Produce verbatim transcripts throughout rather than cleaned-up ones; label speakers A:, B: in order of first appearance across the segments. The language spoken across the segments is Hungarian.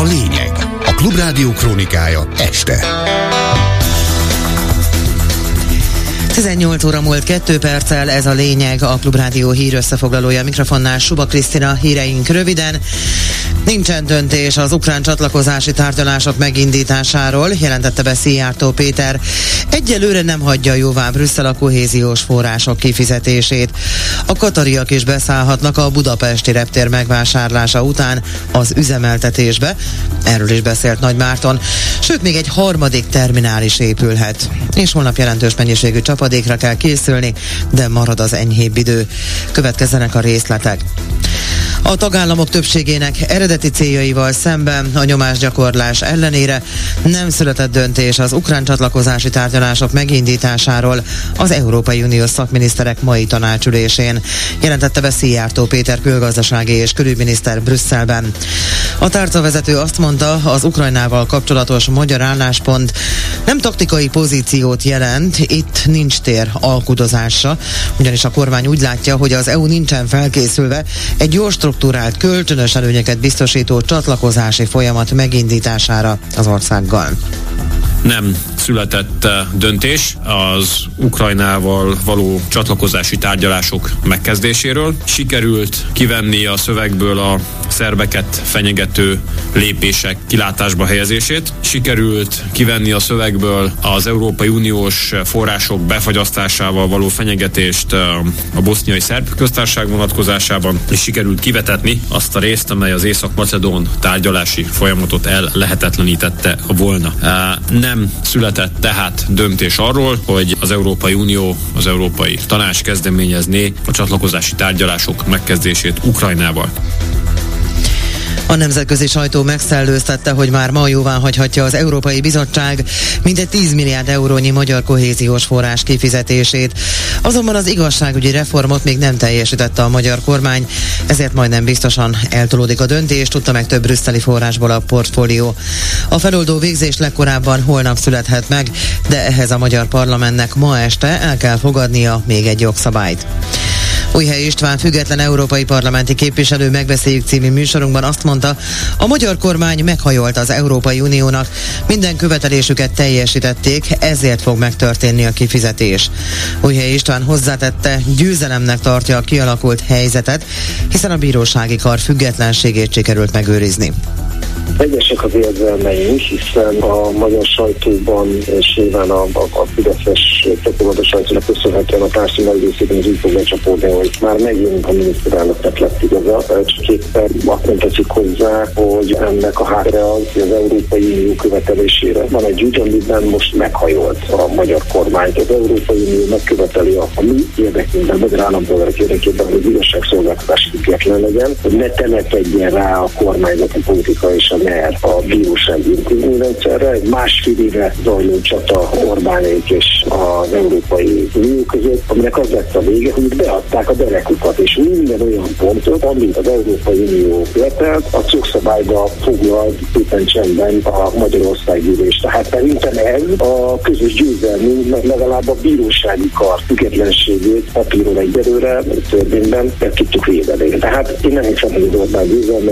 A: a lényeg. A Klubrádió krónikája este.
B: tizennyolc óra múlt kettő perccel, ez a lényeg, a Klubrádió hír összefoglalója, mikrofonnál Suba Krisztina, híreink röviden. Nincsen döntés az ukrán csatlakozási tárgyalások megindításáról, jelentette be Szijjártó Péter. Egyelőre nem hagyja jóvá Brüsszel a kohéziós források kifizetését. A katariak is beszállhatnak a budapesti reptér megvásárlása után az üzemeltetésbe. Erről is beszélt Nagy Márton. Sőt, még egy harmadik terminál is épülhet. És holnap jelentős mennyiségű csapadékra kell készülni, de marad az enyhébb idő. Következzenek a részletek. A tagállamok többségének eredeti céljaival szemben, a nyomásgyakorlás ellenére nem született döntés az ukrán csatlakozási tárgyalások megindításáról az Európai Uniós szakminiszterek mai tanácsülésén, jelentette be Szijjártó Péter külgazdasági és külügyminiszter Brüsszelben. A tárcavezető azt mondta, az Ukrajnával kapcsolatos magyar álláspont nem taktikai pozíciót jelent, itt nincs tér alkudozásra, ugyanis a kormány úgy látja, hogy az é u nincsen felkészülve egy jól struktúrált, kölcsönös előnyeket biztosító csatlakozási folyamat megindítására az országgal.
C: Nem született döntés az Ukrajnával való csatlakozási tárgyalások megkezdéséről. Sikerült kivenni a szövegből a szerbeket fenyegető lépések kilátásba helyezését. Sikerült kivenni a szövegből az Európai Uniós források befagyasztásával való fenyegetést a boszniai szerb köztársaság vonatkozásában, és sikerült kivetetni azt a részt, amely az észak-macedón tárgyalási folyamatot el lehetetlenítette volna. Nem Nem született tehát döntés arról, hogy az Európai Unió, az Európai Tanács kezdeményezné a csatlakozási tárgyalások megkezdését Ukrajnával.
B: A nemzetközi sajtó megszellőztette, hogy már ma jóváhagyhatja az Európai Bizottság mintegy tíz milliárd eurónyi magyar kohéziós forrás kifizetését. Azonban az igazságügyi reformot még nem teljesítette a magyar kormány, ezért majdnem biztosan eltolódik a döntés, tudta meg több brüsszeli forrásból a portfólió. A feloldó végzés legkorábban holnap születhet meg, de ehhez a magyar parlamentnek ma este el kell fogadnia még egy jogszabályt. Újhely István független európai parlamenti képviselő Megbeszéljük című műsorunkban azt mondta, a magyar kormány meghajolt az Európai Uniónak, minden követelésüket teljesítették, ezért fog megtörténni a kifizetés. Újhely István hozzátette, győzelemnek tartja a kialakult helyzetet, hiszen a bírósági kar függetlenségét sikerült megőrizni.
D: Egyesek az érzelmeink, hiszen a magyar sajtóban és nyilván a, a, a fideszes propaganda sajtónak köszönhetően a társadalom részében az úgy fog lecsapódni, hogy már megint a miniszterelnöknek lett igaza. Csak éppen azt nem teszik hozzá, hogy ennek a háttere az, hogy az Európai Unió követelésére van egy ügy, amiben most meghajolt a magyar kormány. Az Európai Unió megköveteli a, a mi érdekünkben, magyar állampolgárok érdekében, hogy az igazságszolgáltatás független legyen, hogy ne telepedjen rá a kormányzati politika és a NER a bírósági intézményrendszerre. Egy másfél éve zajló csata Orbánék és az Európai Unió között, aminek az lett a vége, hogy beadták a derekukat, és minden olyan pontot, amit az Európai Unió követelt, a jogszabályba foglalt éppen csendben a Magyarországgyűlés. Tehát szerintem ez a közös győzelmünk, mert legalább a bírósági kar függetlenségét papíron egyelőre, törvényben meg tudtuk védeni. Tehát én nem hiszem, hogy az Orbán győzelme.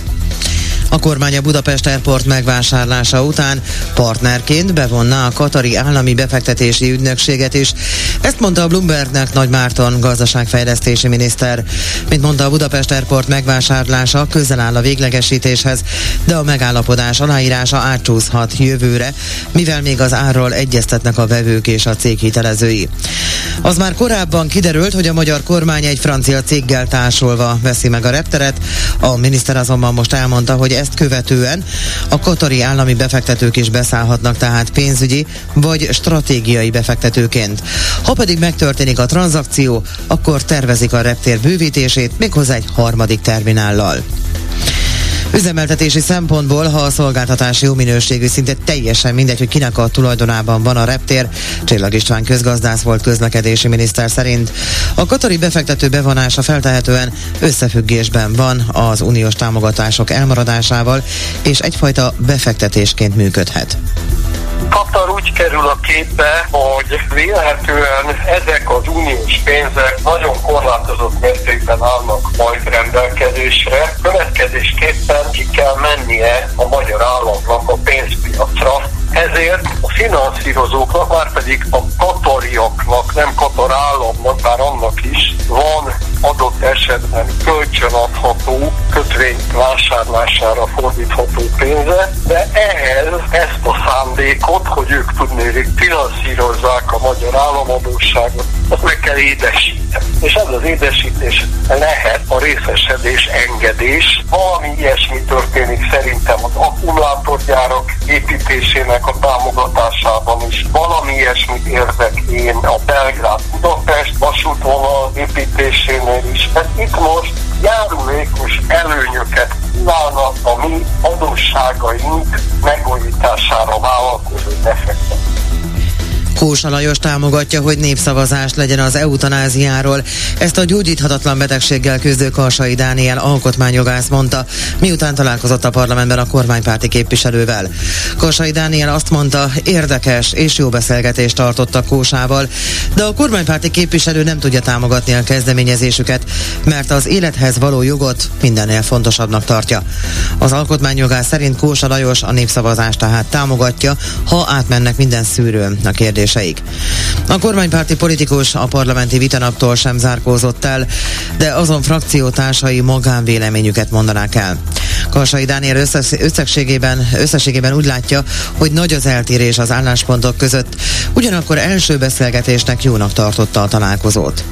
B: A kormány a Budapest Airport megvásárlása után partnerként bevonná a katari állami befektetési ügynökséget is. Ezt mondta a Bloombergnek Nagy Márton gazdaságfejlesztési miniszter. Mint mondta, a Budapest Airport megvásárlása közel áll a véglegesítéshez, de a megállapodás aláírása átcsúszhat jövőre, mivel még az árról egyeztetnek a vevők és a cég hitelezői. Az már korábban kiderült, hogy a magyar kormány egy francia céggel társulva veszi meg a repteret. A miniszter azonban most elmondta, hogy ezt követően a katari állami befektetők is beszállhatnak, tehát pénzügyi vagy stratégiai befektetőként. Ha pedig megtörténik a tranzakció, akkor tervezik a reptér bővítését, méghozzá egy harmadik terminállal. Üzemeltetési szempontból, ha a szolgáltatás jó minőségű, szinte teljesen mindegy, hogy kinek a tulajdonában van a reptér, Csillag István közgazdász volt közlekedési miniszter szerint. A katari befektető bevonása feltehetően összefüggésben van az uniós támogatások elmaradásával, és egyfajta befektetésként működhet.
E: Katar úgy kerül a képbe, hogy vélhetően ezek az uniós pénzek nagyon korlátozott mértékben állnak majd rendelkezésre. Következésképpen ki kell mennie a magyar Európának, már pedig a katariaknak, nem Katar államnak, bár annak is van adott esetben kölcsönadható, kötvény vásárlására fordítható pénze, de ehhez ezt a szándékot, hogy ők tudnék finanszírozzák a magyar államadósságot, azt meg kell édesíteni. És ez az édesítés lehet a részesedés engedés. Valami ilyesmi történik szerintem az akkumulátorgyárak építésének a támogatásában is. Valami ilyesmit érzek én a Belgrád-Budapest vasútvonal építésénél is. Ez itt most járulékos előnyöket kívánnak a mi adósságaink megújítására vállalkozó befektetők.
B: Kósa Lajos támogatja, hogy népszavazás legyen az eutanáziáról. Ezt a gyógyíthatatlan betegséggel küzdő Karsai Dániel alkotmányjogász mondta, miután találkozott a parlamentben a kormánypárti képviselővel. Karsai Dániel azt mondta, érdekes és jó beszélgetést tartottak Kósával, de a kormánypárti képviselő nem tudja támogatni a kezdeményezésüket, mert az élethez való jogot mindennél fontosabbnak tartja. Az alkotmányjogász szerint Kósa Lajos a népszavazást tehát támogatja, ha átmennek minden szűrőn a kérdés. A kormánypárti politikus a parlamenti vitanaptól sem zárkózott el, de azon frakciótársai magánvéleményüket mondanák el. Karsai Dániel összességében, összességében úgy látja, hogy nagy az eltérés az álláspontok között, ugyanakkor első beszélgetésnek jónak tartotta a találkozót.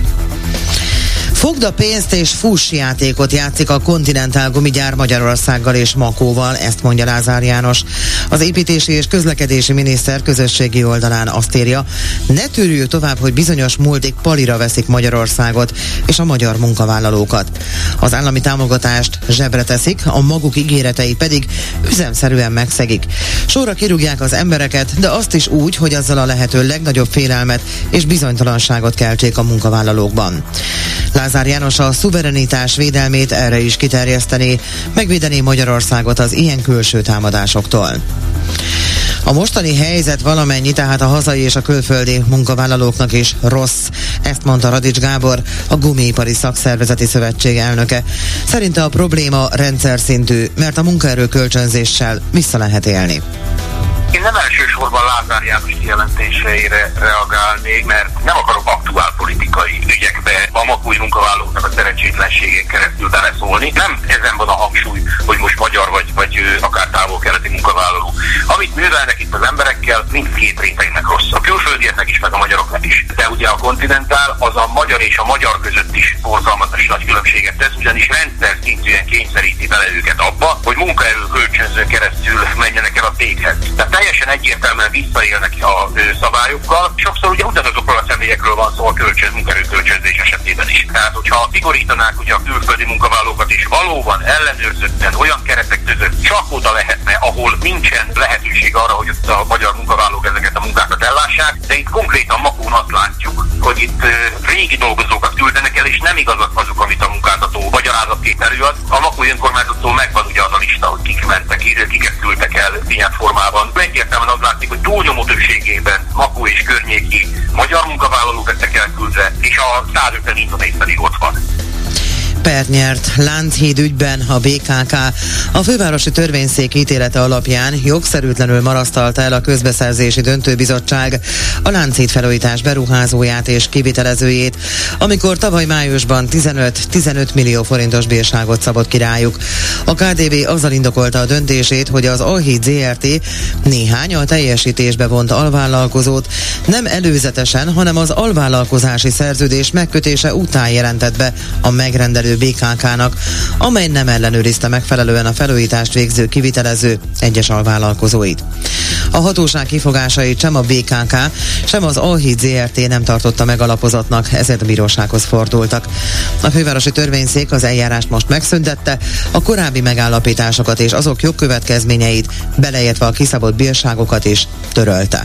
B: Fogd a pénzt és fuss játékot játszik a Continental gumigyár Magyarországgal és Makóval, ezt mondja Lázár János. Az építési és közlekedési miniszter közösségi oldalán azt írja, ne tűrjük tovább, hogy bizonyos multik palira veszik Magyarországot és a magyar munkavállalókat. Az állami támogatást zsebre teszik, a maguk ígéretei pedig üzemszerűen megszegik. Sorra kirúgják az embereket, de azt is úgy, hogy azzal a lehető legnagyobb félelmet és bizonytalanságot keltsék a munkavállalókban. Lázár János a szuverenitás védelmét erre is kiterjeszteni, megvédeni Magyarországot az ilyen külső támadásoktól. A mostani helyzet valamennyi, tehát a hazai és a külföldi munkavállalóknak is rossz. Ezt mondta Radics Gábor, a Gumiipari Szakszervezeti Szövetség elnöke. Szerinte a probléma rendszer szintű, mert a munkaerő kölcsönzéssel vissza lehet élni.
F: Én nem elsősorban Lázár János kijelentéseire reagálnék, mert nem akarok aktuál politikai ügyekbe a makói munkavállalóknak a szerencsétlenségén keresztül beleszólni. Nem ezen van a hangsúly, hogy most magyar vagy, vagy akár távol-keleti munkavállaló. Amit művelnek itt az emberekkel, mindkét rétegnek rossz. A külföldieknek is, meg a magyaroknak is. De ugye a Continental az a magyar és a magyar között is borzalmatos nagy különbséget tesz, ugyanis rendszer szintűen kényszeríti bele őket abba, hogy munkaerő kölcsönzőn keresztül menjenek el a céghez. Tehát teljesen egyértelműen visszaélnek a ö, szabályokkal. Sokszor ugye ugyanazokról a személyekről van szó a kölcsön, munkaerőkölcsönzés esetében is. Tehát, hogyha szigorítanák ugye a külföldi munkavállalókat is valóban ellenőrzötten olyan keretek között csak oda lehetne, ahol nincsen lehetőség arra, hogy ott a magyar munkavállalók ezeket a munkákat ellássák, de itt konkrétan Makón azt látjuk, hogy itt ö, régi dolgozókat küldenek el, és nem igazak azok, amit a munkáltató magyarázatként előad. A makói önkormányzattól megvan ugye az a lista, hogy kik mentek, kiket küldtek el tényleg formában. Egyértelműen az látszik, hogy túlnyomó többségében Makó és környéki magyar munkavállalók lettek elküldve, és a száz ötven indonéz pedig ott van.
B: Pert nyert Lánchíd ügyben a bé ká ká. A fővárosi törvényszék ítélete alapján jogszerűtlenül marasztalta el a közbeszerzési döntőbizottság a Lánchíd felújítás beruházóját és kivitelezőjét, amikor tavaly májusban tizenöt-tizenöt millió forintos bírságot szabott ki rájuk. A ká dé vé azzal indokolta a döntését, hogy az Alhíd zé er té néhány a teljesítésbe vont alvállalkozót nem előzetesen, hanem az alvállalkozási szerződés megkötése után jelentett be a megrendelő bé ká ká-nak, amely nem ellenőrizte megfelelően a felújítást végző kivitelező egyes alvállalkozóit. A hatóság kifogásait sem a bé ká ká, sem az Alhíd zé er té nem tartotta megalapozottnak, ezért a bírósághoz fordultak. A fővárosi törvényszék az eljárást most megszüntette, a korábbi megállapításokat és azok jogkövetkezményeit, beleértve a kiszabott bírságokat is törölte.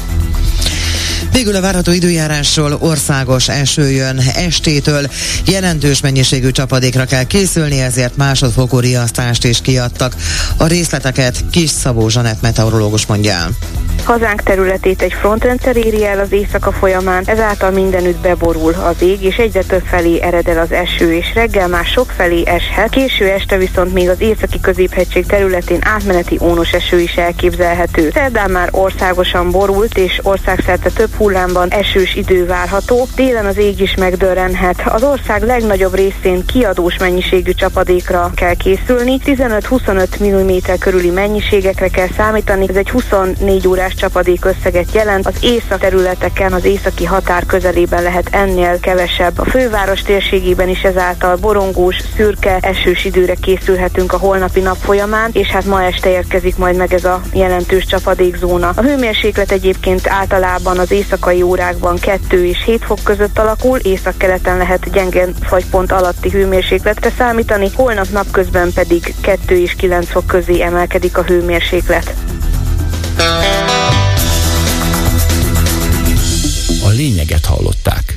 B: Végül a várható időjárásról: országos eső jön estétől, jelentős mennyiségű csapadékra kell készülni, ezért másodfokú riasztást is kiadtak. A részleteket Kis Szabó Zsanett meteorológus mondja el.
G: Hazánk területét egy frontrendszer éri el az éjszaka folyamán, ezáltal mindenütt beborul az ég, és egyre több felé ered el az eső, és reggel már sok felé eshet. Késő este viszont még az északi középhegység területén átmeneti ónos eső is elképzelhető. Szerdán már országosan borult, és országszerte több hullámban esős idő várható. Délen az ég is megdörrenhet. Az ország legnagyobb részén kiadós mennyiségű csapadékra kell készülni. tizenöt-huszonöt milliméter körüli mennyiségekre kell számítani. Ez egy huszonnégy órás csapadék összeget jelent. Az észak területeken, az északi határ közelében lehet ennél kevesebb. A főváros térségében is ezáltal borongós, szürke, esős időre készülhetünk a holnapi nap folyamán, és hát ma este érkezik majd meg ez a jelentős csapadékzóna. A hőmérséklet egyébként általában az éjszakai órákban kettő és hét fok között alakul, északkeleten lehet gyenge fagypont alatti hőmérsékletre számítani, holnap napközben pedig kettő és kilenc fok közé emelkedik a hőmérséklet.
H: A lényeget hallották.